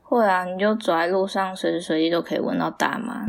会啊，你就走在路上随时随地都可以闻到大麻。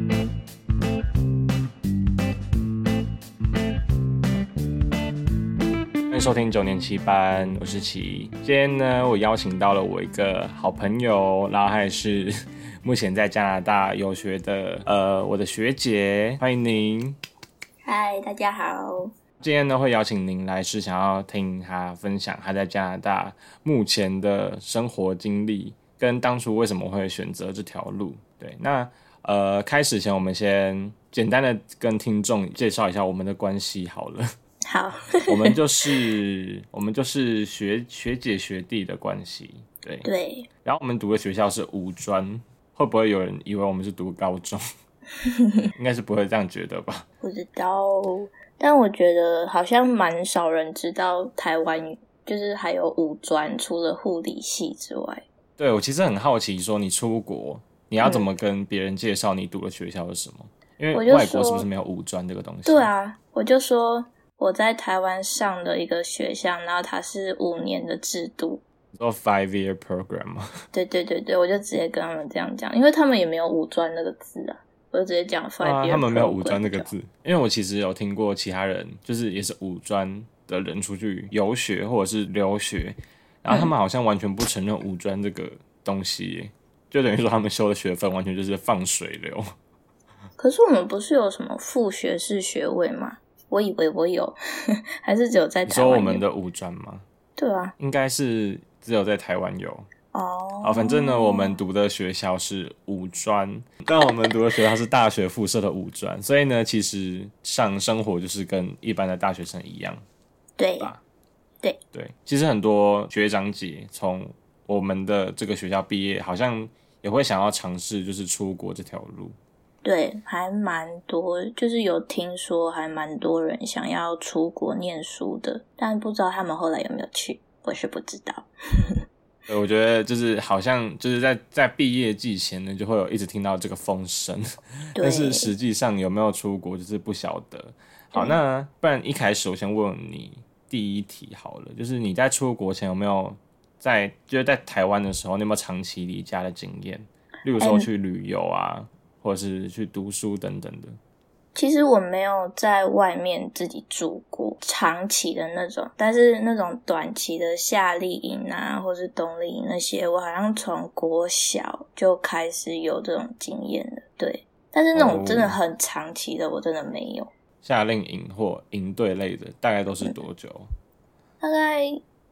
欢迎收听9年7班，我是奇。今天呢，我邀请到了我一个好朋友，然后还是目前在加拿大游学的我的学姐，欢迎您。 嗨，大家好。 今天呢，会邀请您来是想要听她分享她在加拿大目前的生活经历，跟当初为什么会选择这条路。对，那开始前我们先简单的跟听众介绍一下我们的关系好了。 好， 我们就是学姐学弟的关系，对。然后我们读的学校是五专，会不会有人以为我们是读高中？应该是不会这样觉得吧？ 不知道，但我觉得好像蛮少人知道台湾就是还有五专，除了护理系之外。 对，我其实很好奇，说你出国，你要怎么跟别人介绍你读的学校是什么？因为外国是不是没有五专这个东西？ 对啊，我就说我在台湾上的一个学校，然后它是5年的制度， 你说 5-year program 吗？ 对，我就直接跟他们这样讲，因为他们也没有五专那个字啊，我就直接讲 5-year program。 他们没有五专那个字，因为我其实有听过其他人，就是也是五专的人出去游学或者是留学，然后他们好像完全不承认五专这个东西耶，就等于说他们修的学分完全就是放水流。 可是我们不是有什么副学士学位吗？我以为我有，还是只有在台湾有？ 你说我们的五专吗？ 对啊， 应该是只有在台湾有。 哦， 反正呢，我们读的学校是五专，但我们读的学校是大学附设的五专，所以呢，其实上生活就是跟一般的大学生一样， 对吧？ 对。 其实很多学长姐从我们的这个学校毕业，好像也会想要尝试就是出国这条路。 对，还蛮多，就是有听说还蛮多人想要出国念书的，但不知道他们后来有没有去，我是不知道。 对，我觉得就是好像就是在毕业季前呢，就会有一直听到这个风声，但是实际上有没有出国就是不晓得。好，那不然一开始我先问你第一题好了，就是你在出国前有没有就是在台湾的时候，你有没有长期离家的经验？例如说去旅游啊，或者是去读书等等的。 其实我没有在外面自己住过长期的那种，但是那种短期的夏令营啊，或是冬令营那些，我好像从国小就开始有这种经验了。对，但是那种真的很长期的，我真的没有。 夏令营或营队类的，大概都是多久？ 大概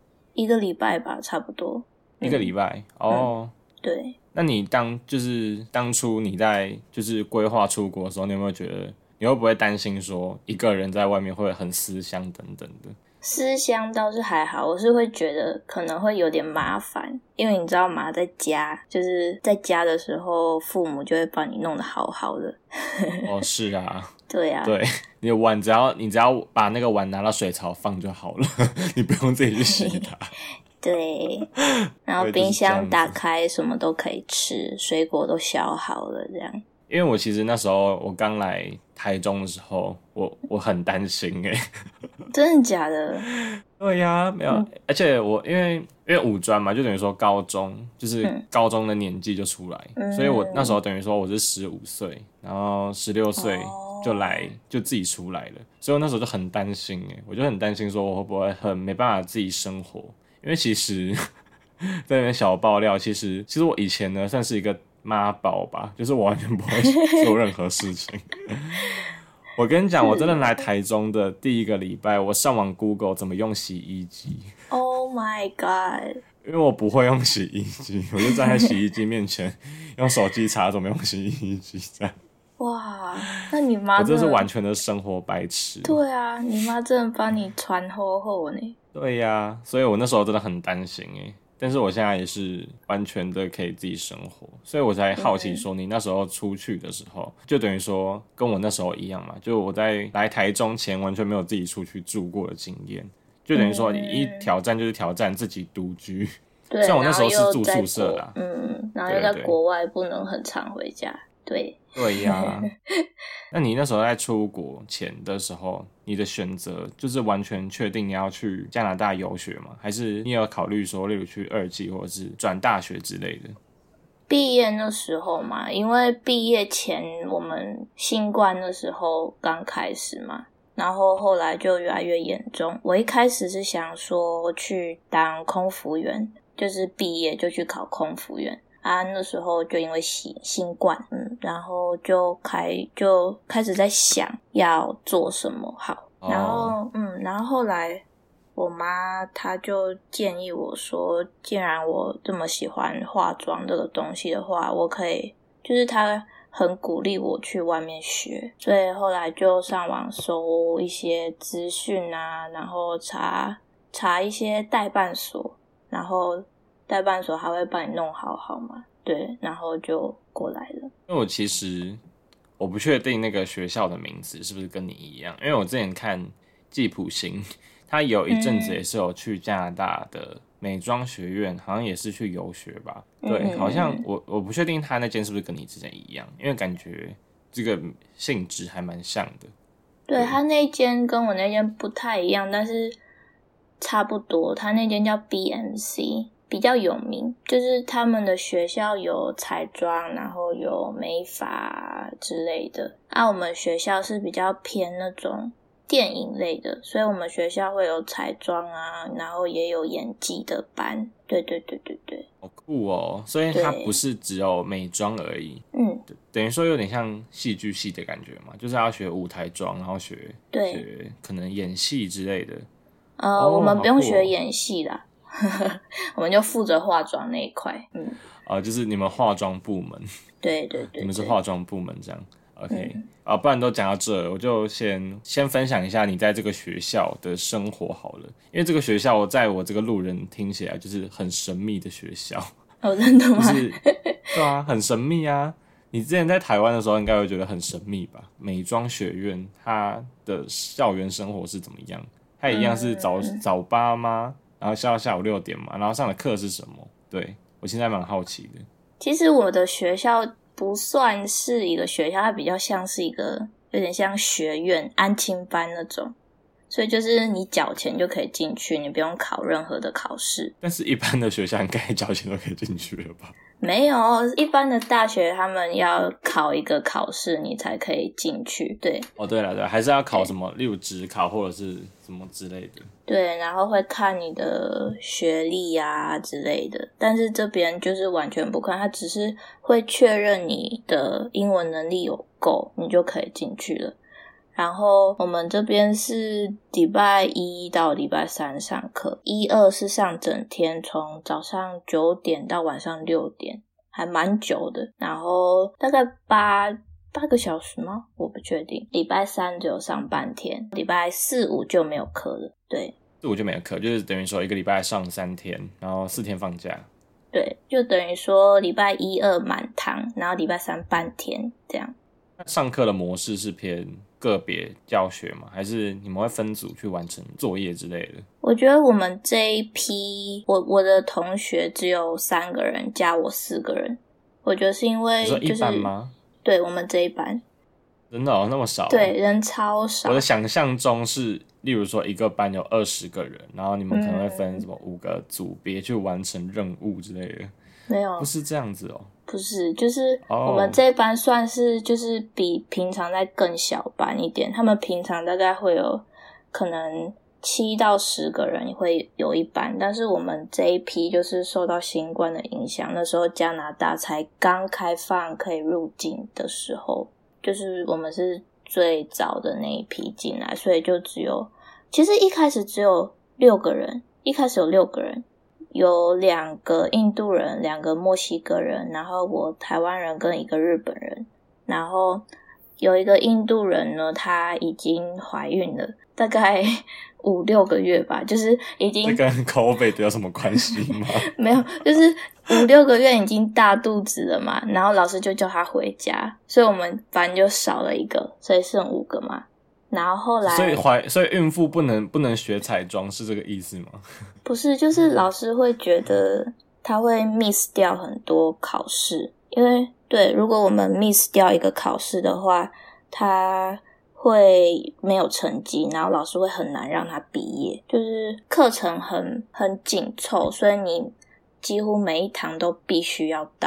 1个礼拜吧，差不多。 1个礼拜哦。 对。 那你就是当初你在就是规划出国的时候，你有没有觉得你会不会担心说一个人在外面会很思乡等等的？ 思乡倒是还好，我是会觉得可能会有点麻烦，因为你知道吗，在家就是在家的时候，父母就会帮你弄得好好的。 哦，是啊， 对啊， 对，你的碗你只要把那个碗拿到水槽放就好了，你不用自己去洗它。 对，然后冰箱打开什么都可以吃，水果都削好了这样。 因为我其实那时候我刚来台中的时候，我很担心真的假的？ 对呀，没有，而且我因为五专嘛，就等于说高中就是高中的年纪就出来，所以我那时候等于说我是15岁，然后16岁就自己出来了，所以我那时候就很担心我就很担心说我会不会很没办法自己生活，因为其实在那边小爆料，其实我以前呢算是一个妈宝吧，就是我完全不会做任何事情。我跟你讲，我真的来台中的第1个礼拜，我上网 Google 怎么用洗衣机。 Oh my god！ 因为我不会用洗衣机，我就站在洗衣机面前用手机查怎么用洗衣机这样。 哇，那你妈我这是完全的生活白痴。 对啊，你妈真的帮你传厚厚呢。 对呀，所以我那时候真的很担心但是我现在也是完全的可以自己生活，所以我才好奇说你那时候出去的时候，就等于说跟我那时候一样嘛，就我在来台中前完全没有自己出去住过的经验，就等于说你一挑战就是挑战自己独居。 对， 像我那时候是住宿舍啦， 然后又在国外不能很常回家。对呀，那你那时候在出国前的时候，你的选择就是完全确定你要去加拿大游学吗？还是你有考虑说，例如去2技或者是转大学之类的？ 毕业那时候嘛，因为毕业前我们新冠那时候刚开始嘛，然后后来就越来越严重。我一开始是想说去当空服员，就是毕业就去考空服员啊。那时候就因为新冠，然后就开始在想要做什么好。然后后来我妈她就建议我说，既然我这么喜欢化妆这个东西的话，我可以，就是她很鼓励我去外面学，所以后来就上网搜一些资讯啊，然后查一些代办所，然后代办所还会帮你弄好嘛，对，然后就过来了。 因为我不确定那个学校的名字是不是跟你一样，因为我之前看季普星，他有一阵子也是有去加拿大的美妆学院，好像也是去游学吧。对，好像我不确定他那间是不是跟你之前一样，因为感觉这个性质还蛮像的。 对，他那间跟我那间不太一样，但是差不多。他那间叫 BMC， 比较有名，就是他们的学校有彩妆，然后有美发之类的。我们学校是比较偏那种电影类的，所以我们学校会有彩妆啊，然后也有演技的班。对， 好酷哦！所以它不是只有美妆而已，等于说有点像戏剧系的感觉嘛，就是要学舞台妆，然后学可能演戏之类的。 我们不用学演戏啦，我们就负责化妆那一块。 就是你们化妆部门。 对， 你们是化妆部门这样。OK，不然都讲到这了，我就先分享一下你在这个学校的生活好了。因为这个学校在我这个路人听起来就是很神秘的学校。 真的吗？ 就是对啊，很神秘啊。你之前在台湾的时候应该会觉得很神秘吧？美妆学院它的校园生活是怎么样？它一样是早八吗？然后下午6点嘛，然后上的课是什么？对，我现在蛮好奇的。 其实我的学校不算是一个学校，它比较像是一个有点像学院安亲班那种，所以就是你缴钱就可以进去，你不用考任何的考试。 但是一般的学校应该缴钱都可以进去了吧？ 没有，一般的大学他们要考一个考试你才可以进去。对， 对了，还是要考什么例如指考或者是什么之类的。 对，然后会看你的学历啊之类的，但是这边就是完全不看，他只是会确认你的英文能力有够，你就可以进去了。然后我们这边是礼拜一到礼拜三上课，1、2是上整天，从早上9点到晚上6点，还蛮久的。然后大概8个小时吗？我不确定。礼拜三只有上半天，礼拜4、5就没有课了。对 ，4、5就没有课，就是等于说一个礼拜上3天，然后4天放假。 对，就等于说礼拜1、2满堂，然后礼拜3半天这样。 上课的模式是偏个别教学吗？还是你们会分组去完成作业之类的？ 我觉得我们这一批，我的同学只有3个人，加我4个人。我觉得是因为就是你说一班吗？ 对，我们这一班。 真的那么少？ 对，人超少。 我的想象中是，例如说一个班有20个人，然后你们可能会分什么5个组别去完成任务之类的。 没有， 不是这样子哦。 不是，就是我们这一班算是就是比平常再更小班一点，他们平常大概会有可能7到10个人会有一班，但是我们这一批就是受到新冠的影响，那时候加拿大才刚开放可以入境的时候，就是我们是最早的那一批进来，所以就其实一开始只有6个人，有2个印度人，2个墨西哥人，然后我台湾人跟1个日本人，然后有一个印度人呢，她已经怀孕了，大概5、6个月吧，就是已经。 这跟 COVID 有什么关系吗？ 没有，就是5、6个月已经大肚子了嘛，然后老师就叫她回家，所以我们班就少了1个，所以剩5个嘛。然后后来， 所以孕妇不能学彩妆是这个意思吗？ 不是，就是老师会觉得他会 miss 掉很多考试，因为对，如果我们 miss 掉一个考试的话，他会没有成绩，然后老师会很难让他毕业，就是课程很紧凑，所以你几乎每一堂都必须要到。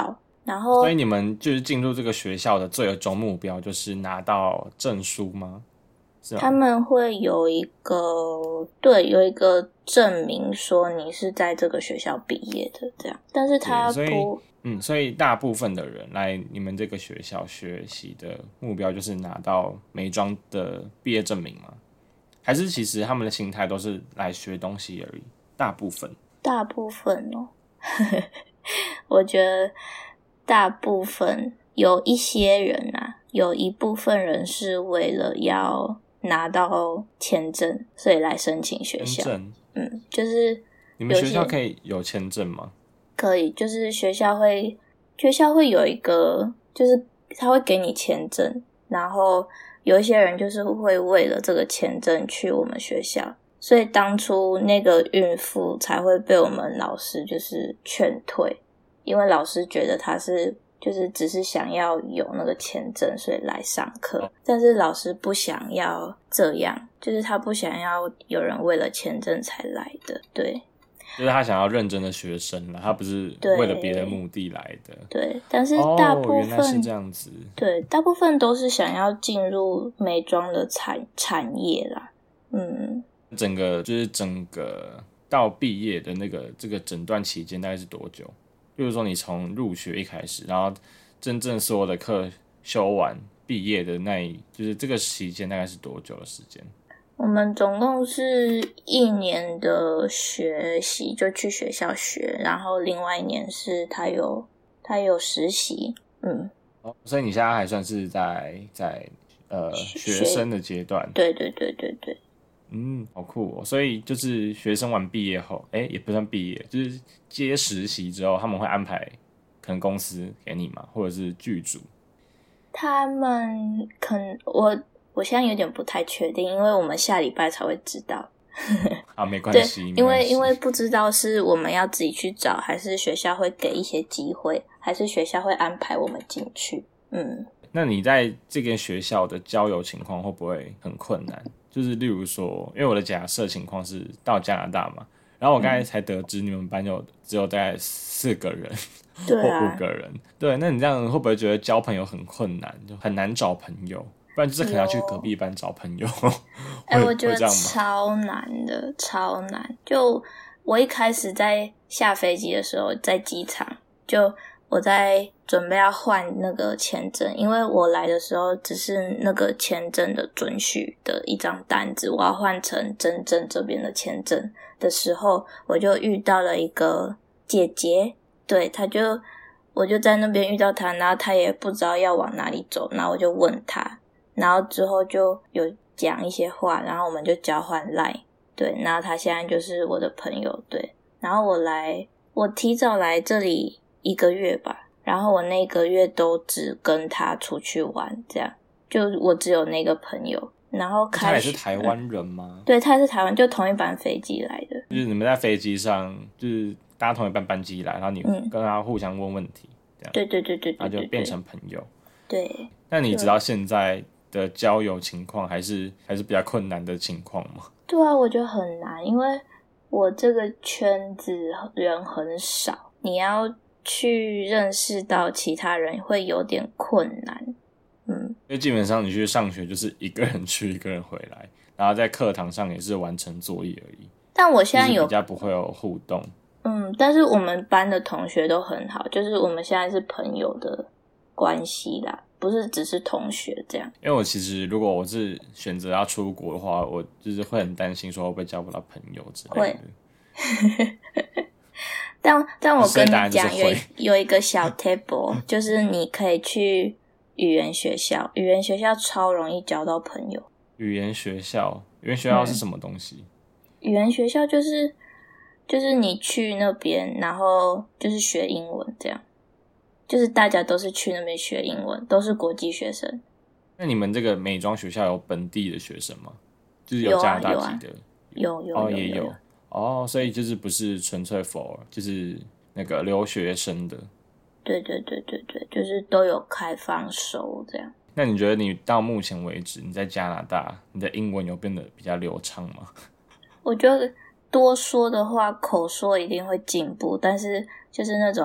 然后所以你们就是进入这个学校的最终目标就是拿到证书吗？是吗？ 他们会有一个证明说你是在这个学校毕业的这样，但是他不所以大部分的人来你们这个学校学习的目标就是拿到美妆的毕业证明吗？还是其实他们的心态都是来学东西而已？大部分哦我觉得大部分有一些人啊，有一部分人是为了要拿到签证所以来申请学校。就是你们学校可以有签证吗？ 可以，就是学校会有一个，就是他会给你签证，然后有一些人就是会为了这个签证去我们学校，所以当初那个孕妇才会被我们老师就是劝退，因为老师觉得他是就是只是想要有那个签证所以来上课，但是老师不想要这样，就是他不想要有人为了签证才来的。对， 就是他想要认真的学生啦，他不是为了别的目的来的。 对，但是大部分原来是这样子。 对，大部分都是想要进入美妆的产业啦。 整个到毕业的这个诊断期间大概是多久？比如说你从入学一开始，然后真正所有的课修完毕业的就是这个期间大概是多久的时间？ 我们总共是1年的学习，就去学校学，然后另外1年是他有实习。 所以你现在还算是在学生的阶段。 对。 好酷哦！所以就是学生完毕业后，也不算毕业，就是接实习之后，他们会安排可能公司给你嘛，或者是剧组。 他们我现在有点不太确定，因为我们下礼拜才会知道。 没关系， 因为不知道是我们要自己去找，还是学校会给一些机会，还是学校会安排我们进去。 那你在这间学校的交友情况会不会很困难？就是例如说，因为我的假设情况是到加拿大嘛，然后我刚才才得知你们班只有大概4个人或5个人。对，那你这样会不会觉得交朋友很困难，就很难找朋友？不然就是可能要去隔壁班找朋友。 我觉得超难的，超难。就我一开始在下飞机的时候，在机场，就我在准备要换那个签证，因为我来的时候只是那个签证的准许的一张单子，我要换成真正这边的签证的时候，我就遇到了一个姐姐。对，我就在那边遇到她，然后她也不知道要往哪里走，然后我就问她，然后之后就有讲一些话，然后我们就交换 LINE。 对，然后她现在就是我的朋友。对，然后我提早来这里1个月吧，然后我那个月都只跟他出去玩，这样就我只有那个朋友。然后他也是台湾人吗？ 对，他是台湾，就同一班飞机来的。 就是你们在飞机上就是搭同一班机来，然后你跟他互相问问题，这样。 对， 然后就变成朋友。 对。 那你知道现在的交友情况还是比较困难的情况吗？ 对啊，我觉得很难，因为我这个圈子人很少，你要去认识到其他人会有点困难。 因为基本上你去上学就是一个人去一个人回来，然后在课堂上也是完成作业而已。 但我现在就是比较不会有互动。 但是我们班的同学都很好，就是我们现在是朋友的关系啦，不是只是同学这样。 因为我其实如果我是选择要出国的话，我就是会很担心说会不会交不到朋友之类的。 但我跟你讲，有一个小 table， 就是你可以去语言学校，语言学校超容易交到朋友。 语言学校是什么东西？ 语言学校就是你去那边，然后就是学英文这样，就是大家都是去那边学英文，都是国际学生。 那你们这个美妆学校有本地的学生吗？就是有加拿大籍的？也有。所以就是不是纯粹 for 就是那个留学生的。 对，就是都有开放收这样。 那你觉得你到目前为止你在加拿大你的英文有变得比较流畅吗？ 我觉得多说的话口说一定会进步，但是就是那种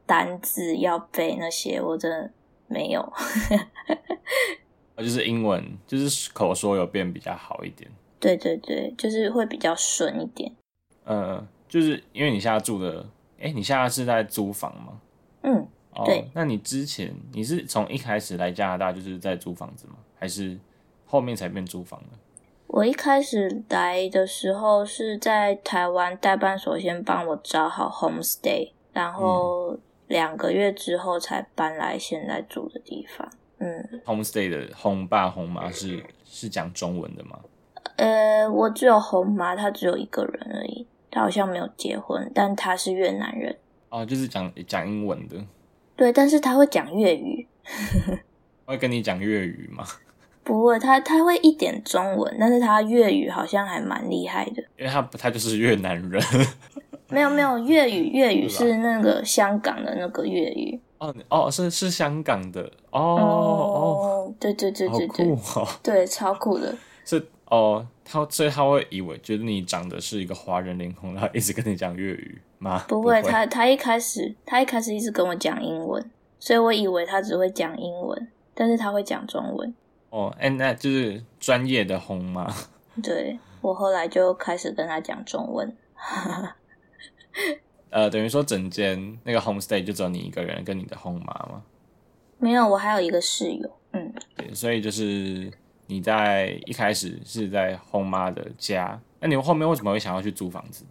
单字要背那些，我真的没有。 就是英文，就是口说有变比较好一点。 对对对，就是会比较顺一点。 就是因为你现在住的，你现在是在租房吗？对。那你之前你是从一开始来加拿大就是在租房子吗？还是后面才变租房的？ 我一开始来的时候是在台湾代办所先帮我找好 homestay， 然后2个月之后才搬来现在住的地方。 homestay 的轰爸轰妈是讲中文的吗？ 我只有轰妈，他只有一个人而已，他好像没有结婚，但他是越南人。 就是讲英文的。 对，但是他会讲粤语。 会跟你讲粤语吗？ 不会，他会一点中文，但是他粤语好像还蛮厉害的。 因为他就是越南人。 没有粤语是那个香港的那个粤语。 是香港的。 对， 好酷哦。 对，超酷的。 所以他会觉得你长得是一个华人脸孔，然后一直跟你讲粤语吗？ 不会，他一开始一直跟我讲英文，所以我以为他只会讲英文，但是他会讲中文。 那就是专业的轰妈。 对，我后来就开始跟他讲中文。 等于说整间那个 homestay 就只有你一个人跟你的轰妈吗？ 没有，我还有一个室友。 对，所以就是你在一开始是在轰妈的家，那你后面为什么会想要去租房子？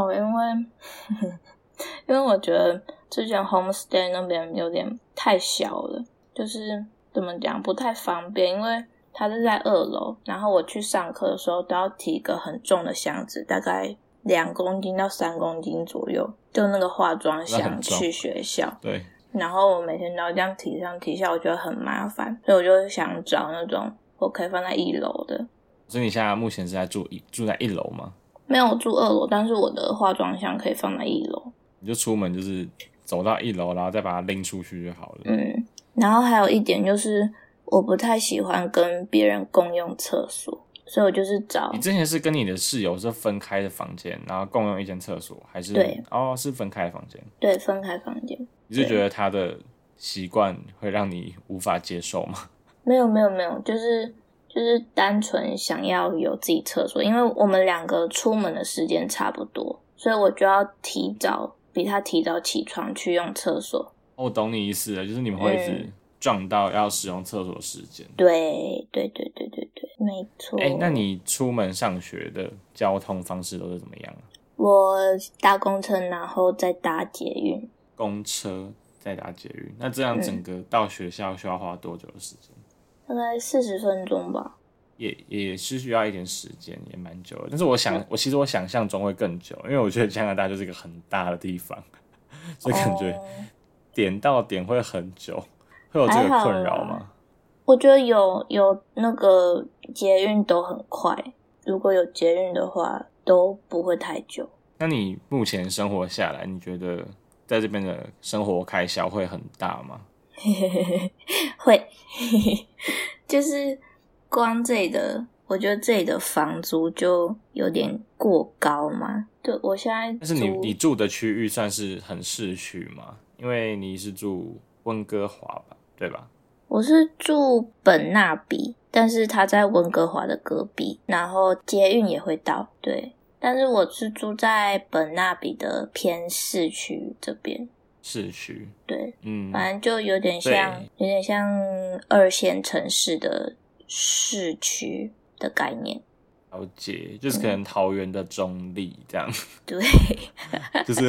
因为我觉得之前 homestay 那边有点太小了，就是怎么讲不太方便，因为它是在2楼，然后我去上课的时候都要提一个很重的箱子，大概2公斤到3公斤左右，就那个化妆箱去学校。 对。 然后我每天都要这样提上提下，我觉得很麻烦，所以我就想找那种我可以放在1楼的。 所以你现在目前是在住在1楼吗？ 没有，我住2楼，但是我的化妆箱可以放在1楼。 你就出门就是走到1楼，然后再把它拎出去就好了。 然后还有一点就是我不太喜欢跟别人共用厕所，所以我就是找。 你之前是跟你的室友是分开的房间，然后共用一间厕所，还是？ 对。 是分开的房间。 对，分开房间。 你是觉得他的习惯会让你无法接受吗？ 没有，就是单纯想要有自己厕所，因为我们2个出门的时间差不多，所以我就要比他提早起床去用厕所。 我懂你意思了，就是你们会一直撞到要使用厕所的时间。 对，没错。 那你出门上学的交通方式都是怎么样？ 我搭公车，然后再搭捷运。 公车再搭捷运，那这样整个到学校需要花多久的时间？ 大概40分钟吧。 也是需要一点时间，也蛮久的。但是其实我想象中会更久，因为我觉得加拿大就是一个很大的地方，所以感觉点到点会很久。会有这个困扰吗？ 我觉得有那个捷运都很快，如果有捷运的话都不会太久。 那你目前生活下来，你觉得在这边的生活开销会很大吗？ 会。就是光这里的，我觉得这里的房租就有点过高嘛。对，我现在但是你住的区域算是很市区吗？因为你是住温哥华吧，对吧？ 我是住本纳比，但是他在温哥华的隔壁，然后捷运也会到。对，但是我是住在本纳比的偏市区这边。 市区。 对，反正就有点像2线城市的市区的概念。 了解，就是可能桃园的中立这样。 对。 就是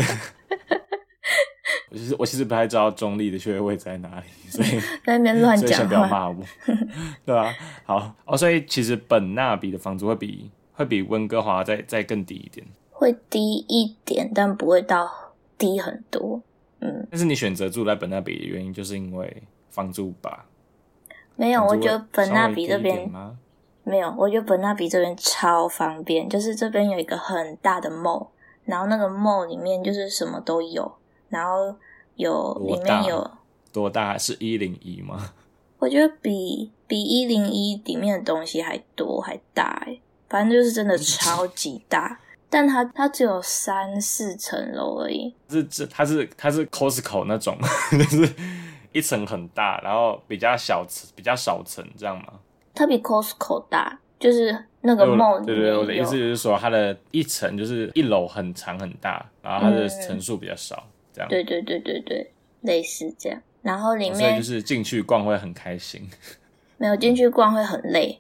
我其实不太知道中立的确切位置在哪里，所以在那边乱讲话， 所以先不要骂我。对啊，好所以其实本纳比的房租会比温哥华再更低一点。 会低一点，但不会到低很多。 但是你选择住在本纳比的原因就是因为房租吧？ 没有，我觉得本纳比这边没有，我觉得本纳比这边超方便，就是这边有一个很大的 mall， 然后那个 mall 里面就是什么都有，然后里面有多大？是101吗？ 我觉得比101里面的东西还多还大反正就是真的超级大。 但它只有3-4层楼而已。 它是 Costco 那种，就是一层很大，然后比较少层这样吗？ 它比 Costco 大，就是那个 mall 里面对，我的意思就是说，它的一层就是1楼很长很大，然后它的层数比较少，这样。 对，类似这样。然后里面所以就是进去逛会很开心。 没有进去逛会很累。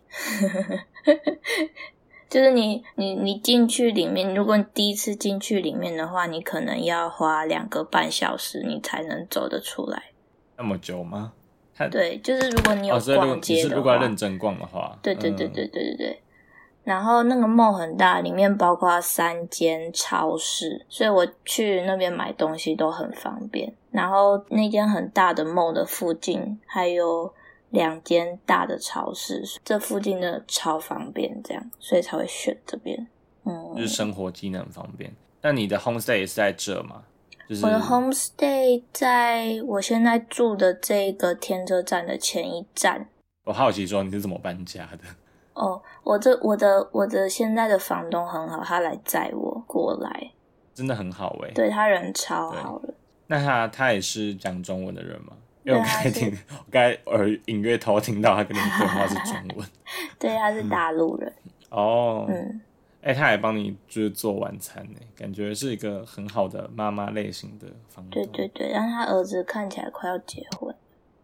就是你进去里面，如果你第一次进去里面的话，你可能要花2个半小时，你才能走得出来。 那么久吗？ 对，就是如果你有逛街的话， 如果要认真逛的话， 对。然后那个 mall 很大，里面包括3间超市，所以我去那边买东西都很方便。然后那间很大的 mall 的附近还有2间大的超市，这附近的超方便，这样，所以才会选这边。 就是生活机能方便。那你的 homestay 也是在这吗？就是我的 homestay 在我现在住的这个天车站的前一站。 我好奇说你是怎么搬家的？ 我的现在的房东很好，他来载我过来， 真的很好欸。 对，他人超好的。 那他也是讲中文的人吗？因为我刚才隐约偷听到他跟你对话是中文。 对，他是大陆人。 他还帮你就是做晚餐呢，感觉是一个很好的妈妈类型的房东。 对，让他儿子看起来快要结婚。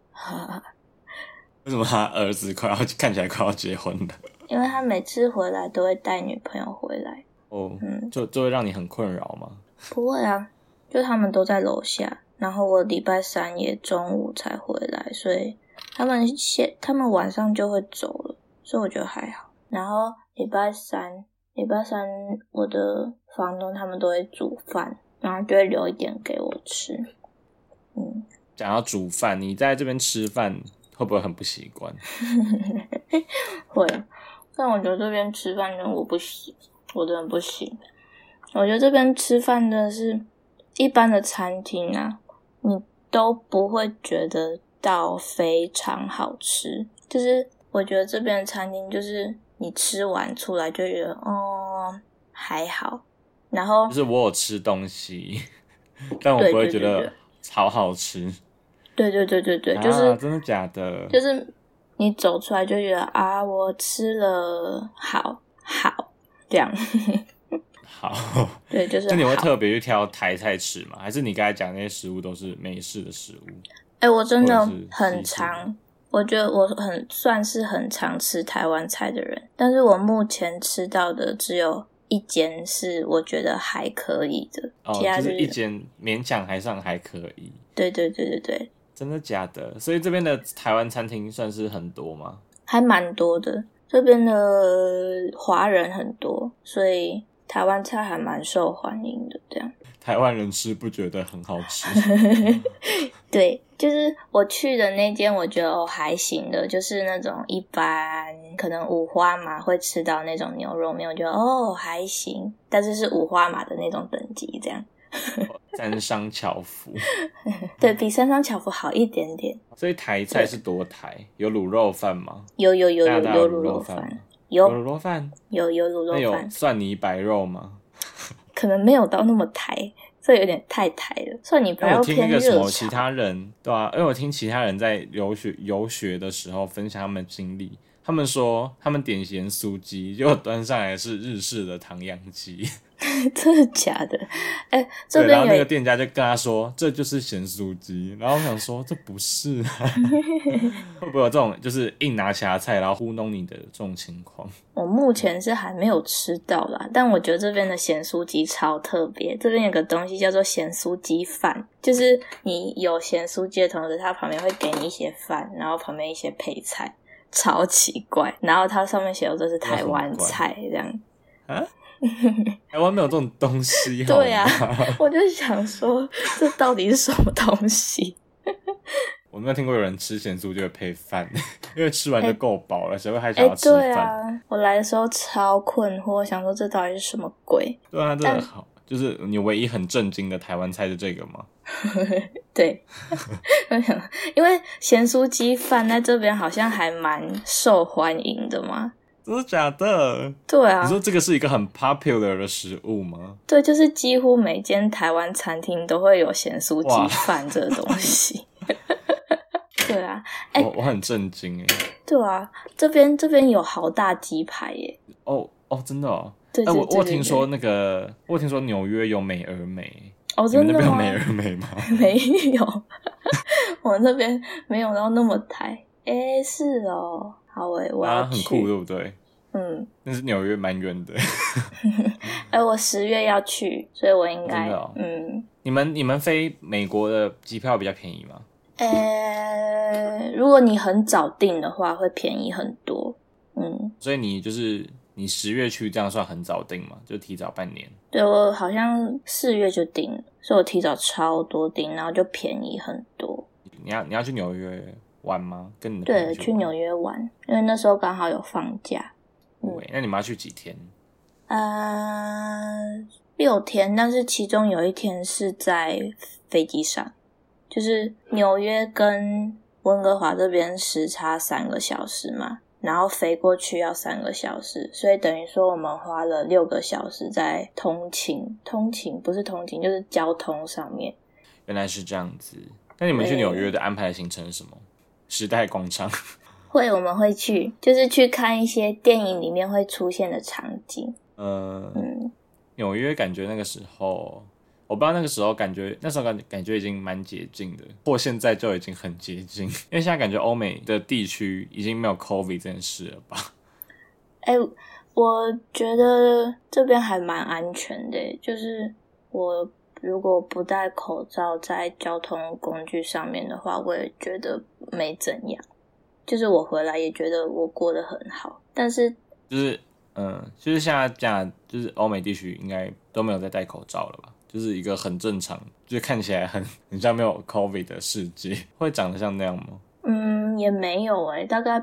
为什么他儿子看起来快要结婚了？ 因为他每次回来都会带女朋友回来。 就会让你很困扰吗？ 不会啊，就他们都在楼下，然后我礼拜3也中午才回来，所以他们晚上就会走了，所以我觉得还好。然后礼拜三我的房东他们都会煮饭，然后就会留一点给我吃。 讲到煮饭，你在这边吃饭会不会很不习惯？ 会，但我觉得这边吃饭真的我不行，我真的不行。我觉得这边吃饭真的是一般的餐厅啊，你都不会觉得到非常好吃。就是我觉得这边的餐厅就是你吃完出来就觉得还好，然后就是我有吃东西，但我不会觉得超好吃。 对，就是真的假的？ 就是你走出来就觉得我吃了好这样。 好， 对，就是就你会特别去挑台菜吃吗？还是你刚才讲那些食物都是美式的食物？ 我真的很常，我觉得我算是很常吃台湾菜的人，但是我目前吃到的只有1间是我觉得还可以的，其他就是1间勉强还可以。 对。 真的假的？所以这边的台湾餐厅算是很多吗？ 还蛮多的，这边的华人很多，所以台湾菜还蛮受欢迎的，这样。 台湾人吃不觉得很好吃。 对，就是我去的那间我觉得还行的，就是那种一般可能五花马会吃到那种牛肉面，我觉得还行，但是五花马的那种等级这样。 三商巧福。 对，比三商巧福好一点点。 所以台菜是多台？有卤肉饭吗？ 有卤肉饭， 有卤肉饭， 有卤肉饭。 那有蒜泥白肉吗？ 可能没有到那么台，这有点太台了。蒜泥白肉偏热炒。 我听那个什么其他人，对啊，因为我听其他人在游学的时候分享他们的经历，他们说他们点咸酥鸡，结果端上来是日式的唐扬鸡。 真的假的？这边对，然后那个店家就跟他说这就是咸酥鸡，然后我想说这不是啊。会不会有这种就是硬拿其他菜然后糊弄你的这种情况？ 我目前是还没有吃到啦，但我觉得这边的咸酥鸡超特别。这边有个东西叫做咸酥鸡饭，就是你有咸酥鸡的同时，它旁边会给你一些饭，然后旁边一些配菜，超奇怪。然后它上面写的都是台湾菜这样。 台湾没有这种东西。 对啊，我就想说这到底是什么东西。 我没有听过有人吃咸酥就会配饭，因为吃完就够饱了，谁会还想要吃饭？ 对啊，我来的时候超困惑，想说这到底是什么鬼？ 对啊，这个好，就是你唯一很震惊的台湾菜是这个吗？ 对。因为咸酥鸡饭在这边好像还蛮受欢迎的嘛。 真的假的？ 对啊， 你说这个是一个很 popular 的食物吗？ 对，就是几乎每间台湾餐厅都会有咸酥鸡饭这个东西。对啊， 我很震惊对啊，这边有豪大鸡排耶。 哦，真的哦。 对， 我听说我听说纽约有美而美。 哦，真的吗？ 你们那边有美而美吗？ 没有，我那边没有到那么台。是哦，好我要去。 很酷，对不对？ 嗯， 但是纽约蛮远的。 我10月要去，所以我应该真的哦。你们飞美国的机票比较便宜吗？ 如果你很早订的话，会便宜很多。 所以你10月去，这样算很早订嘛？就提早半年。 对，我好像4月就订了，所以我提早超多订，然后就便宜很多。 你要去纽约玩吗？跟你的对，去纽约玩，因为那时候刚好有放假。 那你们要去几天 ？6天，但是其中有1天是在飞机上，就是纽约跟温哥华这边时差3个小时嘛，然后飞过去要3个小时，所以等于说我们花了6个小时在通勤不是通勤，就是交通上面。 原来是这样子。那你们去纽约的安排的行程是什么？时代广场？ 我们会去，就是去看一些电影里面会出现的场景。 纽约感觉那个时候，我不知道那个时候感觉，那时候感觉已经蛮接近的，或现在就已经很接近，因为现在感觉欧美的地区已经没有 COVID 这件事了吧？ 我觉得这边还蛮安全的，就是我如果不戴口罩在交通工具上面的话，我也觉得没怎样。就是我回来也觉得我过得很好，但是就是现在这样，就是欧美地区应该都没有在戴口罩了吧？就是一个很正常，就是看起来很像没有 COVID 的世界，会长得像那样吗？ 也没有大概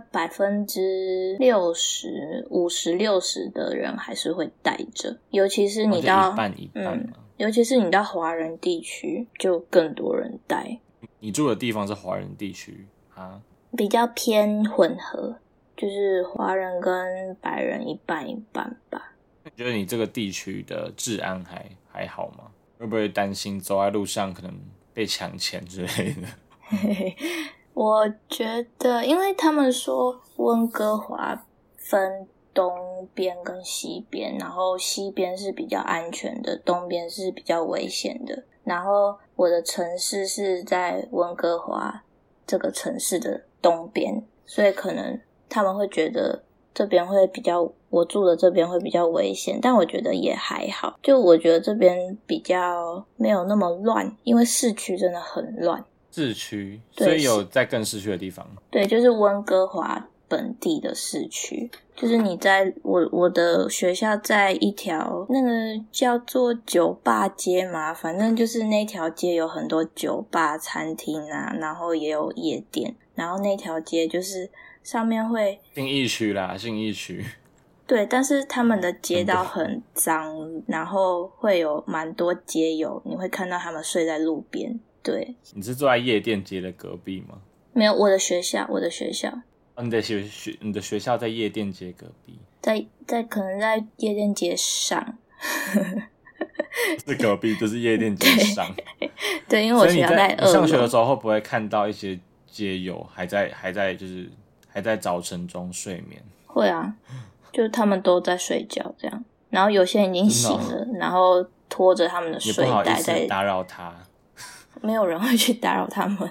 60%、50-60%的人还是会戴着，尤其是你到一半一半嘛。 尤其是你到华人地区就更多人戴。 你住的地方是华人地区啊？ 比较偏混合，就是华人跟白人一半一半吧。 你觉得你这个地区的治安还好吗？会不会担心走在路上可能被抢钱之类的？ 我觉得，因为他们说温哥华分东边跟西边，然后西边是比较安全的，东边是比较危险的。然后我的城市是在温哥华这个城市的东边，所以可能他们会觉得这边会比较，我住的这边会比较危险，但我觉得也还好，就我觉得这边比较没有那么乱，因为市区真的很乱。 市区，所以有在更市区的地方。 对，就是温哥华本地的市区，就是你在我的学校在一条那个叫做酒吧街嘛，反正就是那条街有很多酒吧、餐厅啊，然后也有夜店，然后那条街就是上面会信义区啦，信义区。 对，但是他们的街道很脏，然后会有蛮多街友，你会看到他们睡在路边。对， 你是住在夜店街的隔壁吗？ 没有，我的学校。 你的学校在夜店街隔壁， 在可能在夜店街上， 是隔壁就是夜店街上。 对，因为我学校在2楼。 你上学的时候会不会看到一些街友还在早晨中睡眠？ 会啊，就他们都在睡觉这样，然后有些人已经醒了，然后拖着他们的睡袋在打扰他。 没有人会去打扰他们。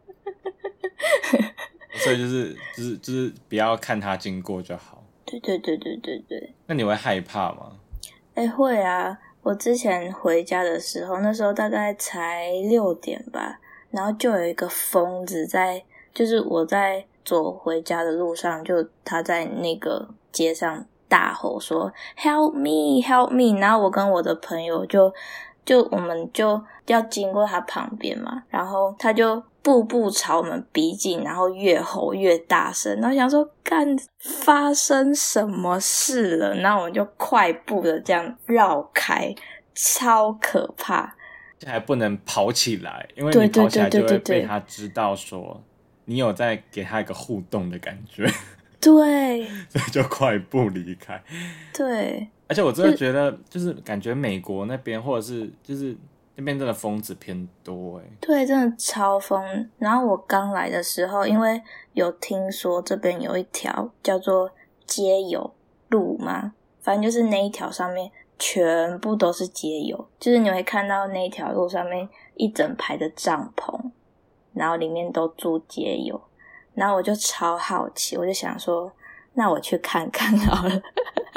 所以就是不要看他经过就好。 对。 那你会害怕吗？ 会啊。我之前回家的时候，那时候大概才6点吧，然后就有一个疯子就是我在走回家的路上，就他在那个街上大吼说 Help me Help me， 然后我跟我的朋友就我们就要经过他旁边嘛，然后他就步步朝我们逼近，然后越吼越大声，然后想说干发生什么事了，然后我们就快步的这样绕开，超可怕。 还不能跑起来，因为你跑起来就会被他知道说你有在给他一个互动的感觉。 对， 所以就快步离开。 对， 而且我真的觉得，就是感觉美国那边或者是就是那边真的疯子偏多对，真的超疯。然后我刚来的时候，因为有听说这边有一条叫做街友路嘛，反正就是那一条上面全部都是街友，就是你会看到那一条路上面一整排的帐篷，然后里面都住街友。然后我就超好奇，我就想说，那我去看看好了。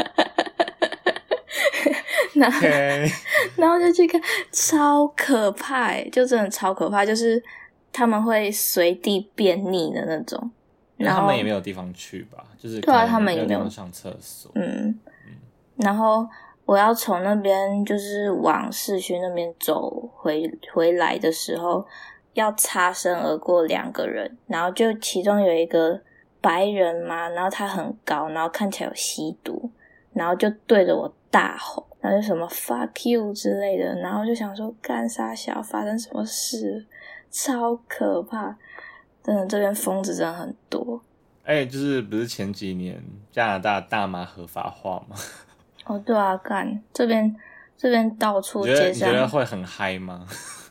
然后就去看，超可怕就真的超可怕，就是他们会随地便溺的那种。然后他们也没有地方去吧，就是对啊，他们也没有上厕所。 然后我要从那边就是往市区那边走回来的时候，要擦身而过2个人，然后就其中有一个白人嘛，然后他很高，然后看起来有吸毒，然后就对着我大吼，然后就什么 fuck you 之类的，然后就想说干啥小发生什么事，超可怕，真的这边疯子真的很多。 就是不是前几年加拿大大麻合法化吗？ 哦，对啊，干这边到处街上， 你觉得会很嗨吗？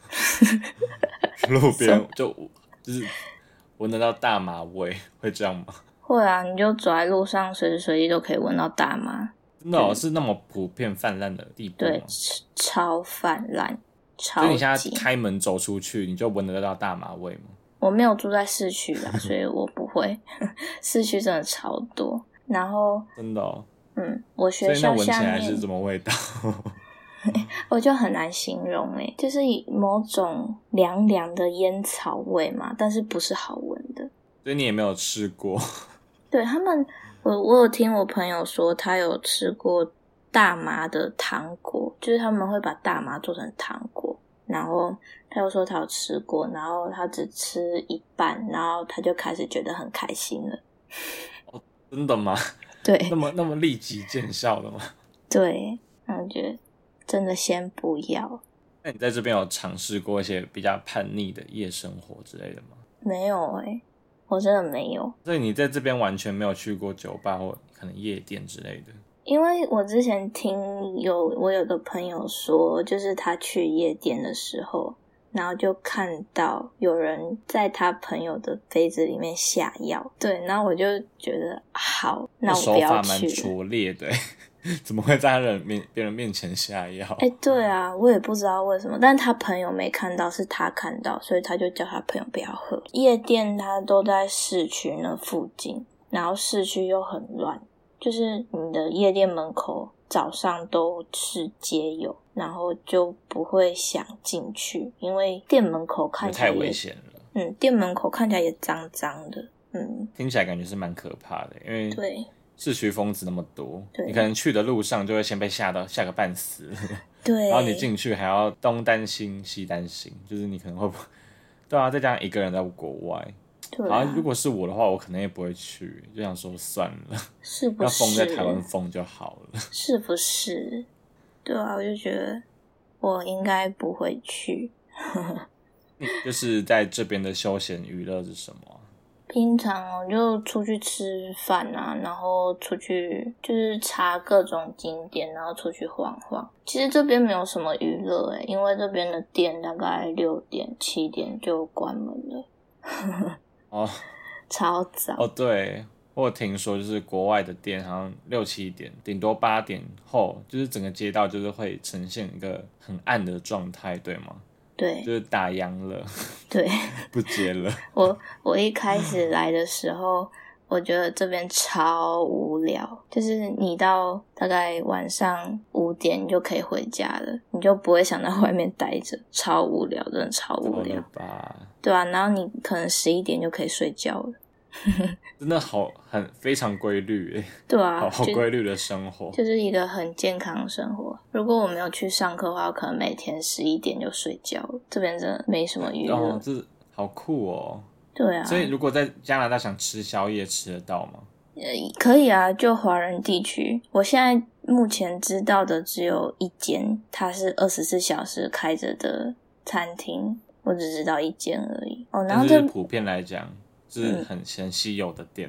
路边就是闻得到大麻味，会这样吗？ 会啊，你就走在路上，随时随地都可以闻到大麻。 真的是那么普遍泛滥的地步吗？ 对，超泛滥，超级。 所以你现在开门走出去，你就闻得到大麻味吗？ 我没有住在市区啦，所以我不会。市区真的超多，然后真的我学校下面， 所以那闻起来是什么味道？ 我就很难形容就是某种凉凉的烟草味嘛，但是不是好闻的。 所以你也没有吃过？ 对他们，我有听我朋友说，他有吃过大麻的糖果，就是他们会把大麻做成糖果，然后他又说他有吃过，然后他只吃一半，然后他就开始觉得很开心了。 哦，真的吗？ 对， 那么立即见效的吗？ 对，我觉得真的先不要。 那你在这边有尝试过一些比较叛逆的夜生活之类的吗？ 没有我真的没有。 所以你在这边完全没有去过酒吧或可能夜店之类的？ 因为我之前听我有个朋友说，就是他去夜店的时候，然后就看到有人在他朋友的杯子里面下药。对，然后我就觉得好，那我不要去了。手法蛮拙劣的怎么会在别人面前下药？ 对啊，我也不知道为什么，但他朋友没看到，是他看到，所以他就叫他朋友不要喝。夜店他都在市区那附近，然后市区又很乱，就是你的夜店门口早上都是街友，然后就不会想进去，因为店门口看起来太危险了。 店门口看起来也脏脏的。 听起来感觉是蛮可怕的，因为对。 市区疯子那么多，你可能去的路上就会先被吓个半死， 对， 然后你进去还要东担心西担心，就是你可能会对啊，再加上一个人在国外， 对然后如果是我的话，我可能也不会去，就想说算了， 是不是？ 要疯在台湾疯就好了， 是不是？对啊，我就觉得我应该不会去。 就是在这边的休闲娱乐是什么？ 平常就出去吃饭啊，然后出去就是查各种景点，然后出去晃晃。其实这边没有什么娱乐因为这边的店大概6点7点就关门了。超早。 对，我有听说就是国外的店好像6、7点，顶多8点后，就是整个街道就是会呈现一个很暗的状态，对吗？ 对， 就是打烊了， 对， 不接了。 我一开始来的时候，我觉得这边超无聊，就是你到大概晚上5点你就可以回家了，你就不会想在外面待着，超无聊，真的超无聊吧？ 对啊，然后你可能11点就可以睡觉了。 真的非常规律对啊， 好规律的生活， 就是一个很健康的生活。如果我没有去上课的话，我可能每天11点就睡觉了。这边真的没什么娱乐。 这好酷哦。 对啊， 所以如果在加拿大想吃宵夜吃得到吗？ 可以啊，就华人地区，我现在目前知道的只有一间，它是24小时开着的餐厅，我只知道一间而已。然后但是普遍来讲是很稀有的店。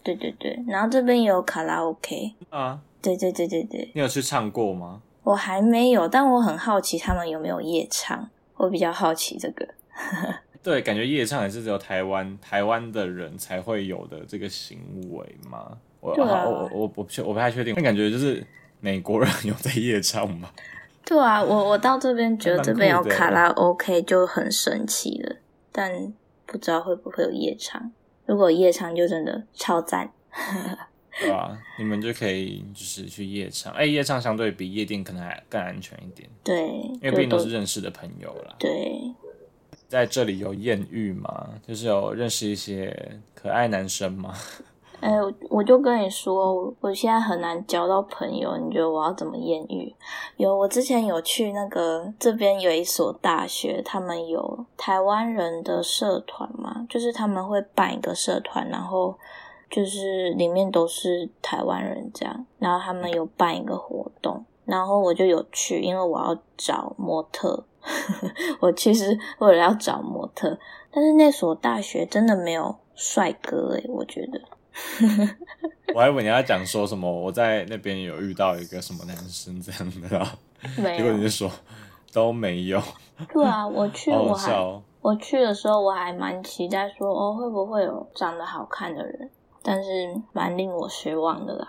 对对对，然后这边也有卡拉 OK 啊。 对对对对对， 你有去唱过吗？ 我还没有，但我很好奇他们有没有夜唱，我比较好奇这个。 对，感觉夜唱也是只有台湾的人才会有的这个行为嘛。我不太确定，但感觉就是美国人有在夜唱嘛。 对啊，我到这边觉得这边有卡拉 OK 就很神奇了，但不知道会不会有夜唱。如果有夜唱就真的超赞。 对啊，你们就可以就是去夜唱，夜唱相对比夜店可能还更安全一点。 对， 因为毕竟都是认识的朋友啦。 对， 在这里有艳遇吗？就是有认识一些可爱男生吗？ 我就跟你说，我现在很难交到朋友，你觉得我要怎么艳遇？我之前有去那个这边有一所大学，他们有台湾人的社团嘛，就是他们会办一个社团，然后就是里面都是台湾人这样，然后他们有办一个活动，然后我就有去，因为我要找模特。我其实为了要找模特，但是那所大学真的没有帅哥我觉得。 我还以为你要讲说什么我在那边有遇到一个什么男生这样的啦，结果你就说都没有。对啊，我去我去的时候我还蛮期待说会不会有长得好看的人，但是蛮令我失望的啦。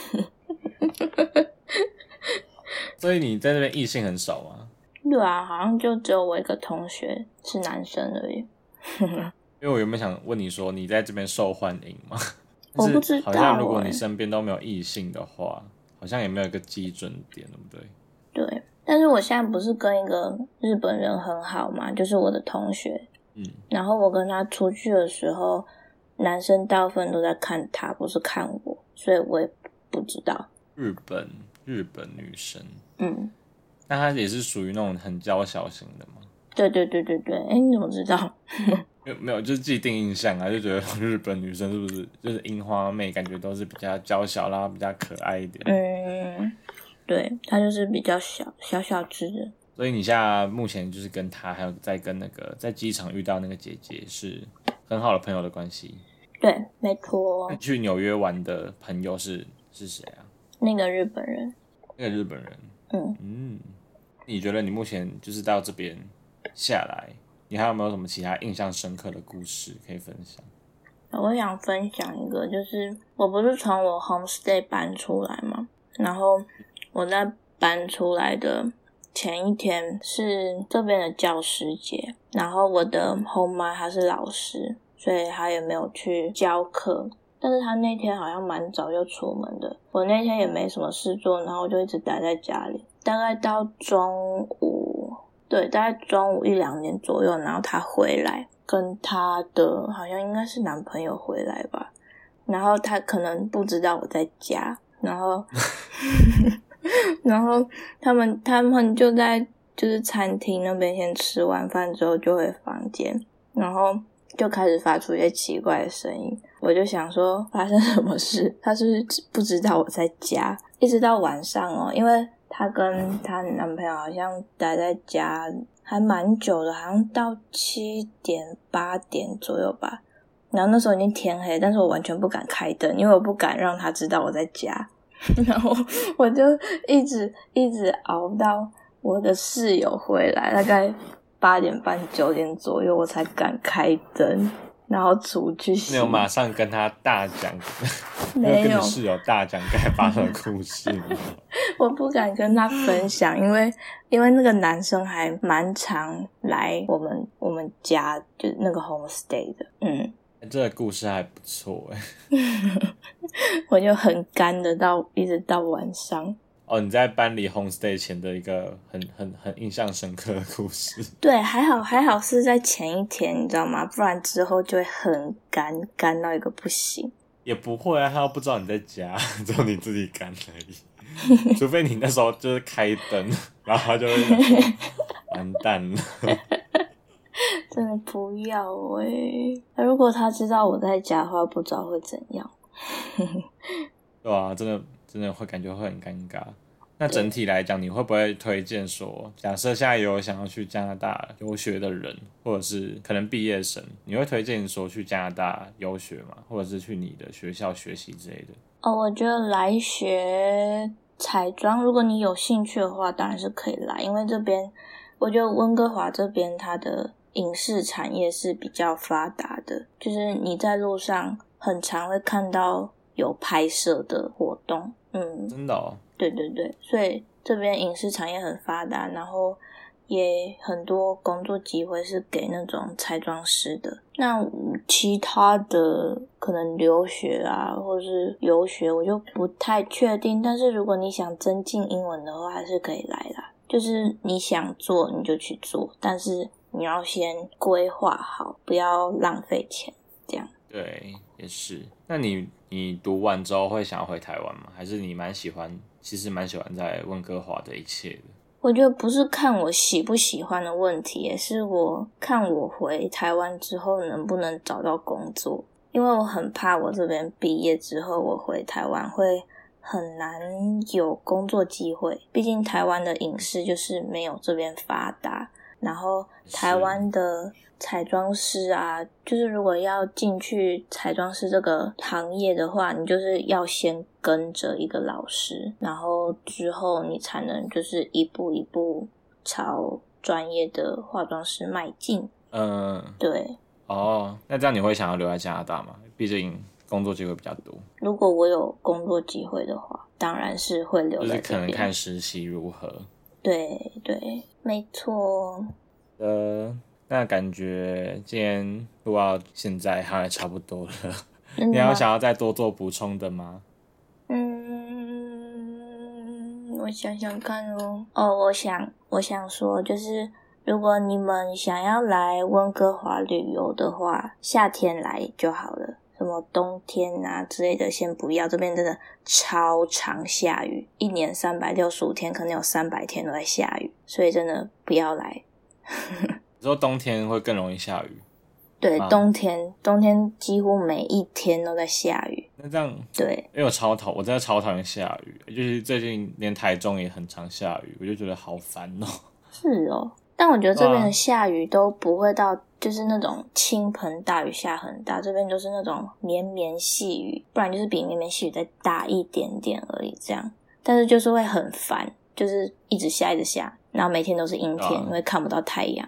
所以你在那边异性很少吗？ 对啊，好像就只有我一个同学是男生而已。 因为我原本想问你说你在这边受欢迎吗？ 我不知道好像如果你身边都没有异性的话，好像也没有一个基准点，对不对？ 对，但是我现在不是跟一个日本人很好嘛，就是我的同学。然后我跟他出去的时候，男生大部分都在看他，不是看我，所以我也不知道。 日本女生，那她也是属于那种很娇小型的吗？ 对对对对对，你怎么知道？ 没有，就是既定印象啊，就觉得日本女生是不是就是樱花妹，感觉都是比较娇小啦，比较可爱一点。 对，她就是比较小只的。 所以你现在目前就是跟她，还有在跟那个在机场遇到那个姐姐是很好的朋友的关系。 对，没错。 去纽约玩的朋友是谁啊？ 那个日本人。 你觉得你目前就是到这边下来，你还有没有什么其他印象深刻的故事可以分享？ 我想分享一个，就是我不是从我 homestay 搬出来嘛，然后我在搬出来的前一天是这边的教师节，然后我的 home mom 她是老师，所以她也没有去教课，但是她那天好像蛮早就出门的，我那天也没什么事做，然后我就一直待在家里，大概到中午1-2点左右，然后她回来跟她的好像应该是男朋友回来吧，然后她可能不知道我在家，然后然后他们就在就是餐厅那边先吃完饭之后就回房间，然后就开始发出一些奇怪的声音，我就想说发生什么事，他是不是不知道我在家，一直到晚上因为她跟她男朋友好像待在家还蛮久的，好像到7点8点左右吧，然后那时候已经天黑，但是我完全不敢开灯，因为我不敢让他知道我在家，然后我就一直熬到我的室友回来，大概8点半9点左右我才敢开灯，然后出去洗。 没有马上跟他大讲， 没有跟你室友大讲该发生的故事吗？ 我不敢跟他分享，因为那个男生还蛮常来我们家，就是那个 homestay 的。 这个故事还不错我就很干的一直到晚上。 你在搬离 homestay 前的一个很印象深刻的故事。 对，还好是在前一天，你知道吗？不然之后就会很干到一个不行。 也不会啊，他又不知道你在家，只有你自己干而已。除非你那时候就是开灯，然后他就会说完蛋了。 真的不要如果他知道我在家的话，不知道会怎样。 对啊，真的会感觉会很尴尬。 那整体来讲，你会不会推荐说，假设现在有想要去加拿大游学的人，或者是可能毕业生，你会推荐说去加拿大游学吗？或者是去你的学校学习之类的？ 我觉得来学彩妆，如果你有兴趣的话，当然是可以来，因为这边我觉得温哥华这边它的影视产业是比较发达的，就是你在路上很常会看到有拍摄的活动。 真的哦。 对对对，所以这边影视产业很发达，然后也很多工作机会是给那种彩妆师的。那其他的可能留学啊或是游学我就不太确定，但是如果你想增进英文的话还是可以来啦，就是你想做你就去做，但是你要先规划好，不要浪费钱这样。 对，也是。那你读完之后会想要回台湾吗？还是你其实蛮喜欢在温哥华的一切的？ 我觉得不是看我喜不喜欢的问题，也是我看我回台湾之后能不能找到工作，因为我很怕我这边毕业之后我回台湾会很难有工作机会，毕竟台湾的影视就是没有这边发达，然后台湾的彩妆师啊，就是如果要进去彩妆师这个行业的话，你就是要先跟着一个老师，然后之后你才能就是一步一步朝专业的化妆师迈进。对。 那这样你会想要留在加拿大吗？毕竟工作机会比较多。 如果我有工作机会的话，当然是会留在这边。 就是可能看实习如何。 对对，没错。 那感觉今天录到现在好像差不多了。你要想要再多做补充的吗？ 我想想看哦。我想说，就是如果你们想要来温哥华旅游的话，夏天来就好了。什么冬天啊之类的先不要，这边真的超常下雨，一年365天可能有300天都在下雨，所以真的不要来。 你说冬天会更容易下雨？ 对，冬天几乎每一天都在下雨。 那这样， 对， 因为我真的超讨厌下雨，就是最近连台中也很常下雨，我就觉得好烦哦。 是哦，但我觉得这边的下雨都不会到就是那种倾盆大雨下很大，这边就是那种绵绵细雨，不然就是比绵绵细雨再大一点点而已这样。但是就是会很烦，就是一直下一直下，然后每天都是阴天，因为看不到太阳。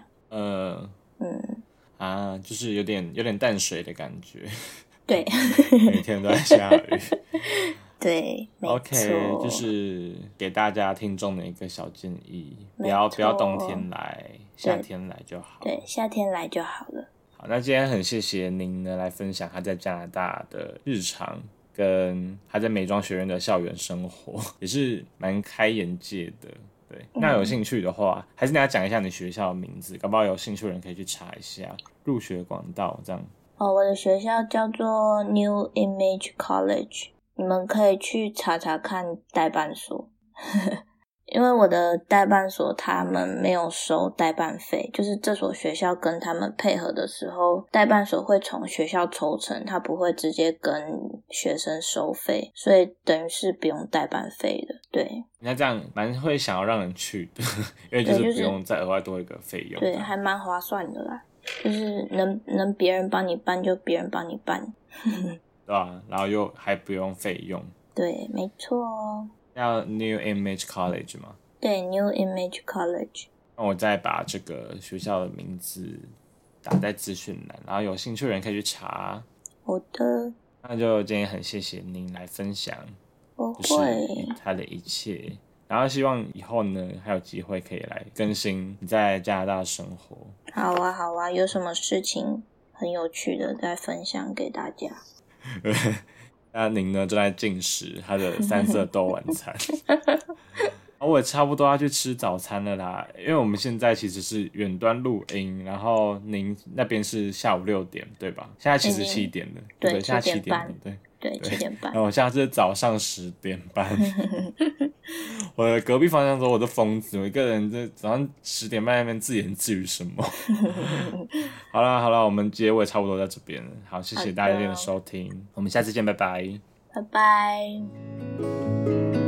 就是有点淡水的感觉。 对， 每天都在下雨。 对，没错。 OK， 就是给大家听众的一个小建议，不要冬天来，夏天来就好。 对，夏天来就好了。 好，那今天很谢谢您呢来分享他在加拿大的日常，跟他在美妆学院的校园生活，也是蛮开眼界的。对，那有兴趣的话，还是你要讲一下你学校的名字，搞不好有兴趣的人可以去查一下入学管道这样。 我的学校叫做 New Image College， 你们可以去查查看代办所。因为我的代办所他们没有收代办费，就是这所学校跟他们配合的时候，代办所会从学校抽成，他不会直接跟学生收费，所以等于是不用代办费的。对， 那这样蛮会想要让人去的，因为就是不用再额外多一个费用。 对，还蛮划算的啦，就是能别人帮你办就别人帮你办。 对啊，然后又还不用费用。 对，没错哦。 叫 New Image College 吗？ 对， New Image College。 那我再把这个学校的名字打在资讯栏，然后有兴趣的人可以去查。 好的。 那就今天很谢谢您来分享，就是他的一切。然后希望以后呢还有机会可以来更新你在加拿大的生活。 好啊好啊，有什么事情很有趣的再分享给大家。 那您呢正在进食他的3色豆晚餐。我也差不多要去吃早餐了啦，因为我们现在其实是远端录音，然后您那边是下午6点对吧？现在其实7点了，对，现在7点了， 对，7点半。 然后我现在是早上10点半。我的隔壁房间说我的疯子，我一个人在早上10点半在那边自言自语什么。好啦，我们结尾差不多在这边了。好，谢谢大家的收听，我们下次见，拜拜。 拜拜。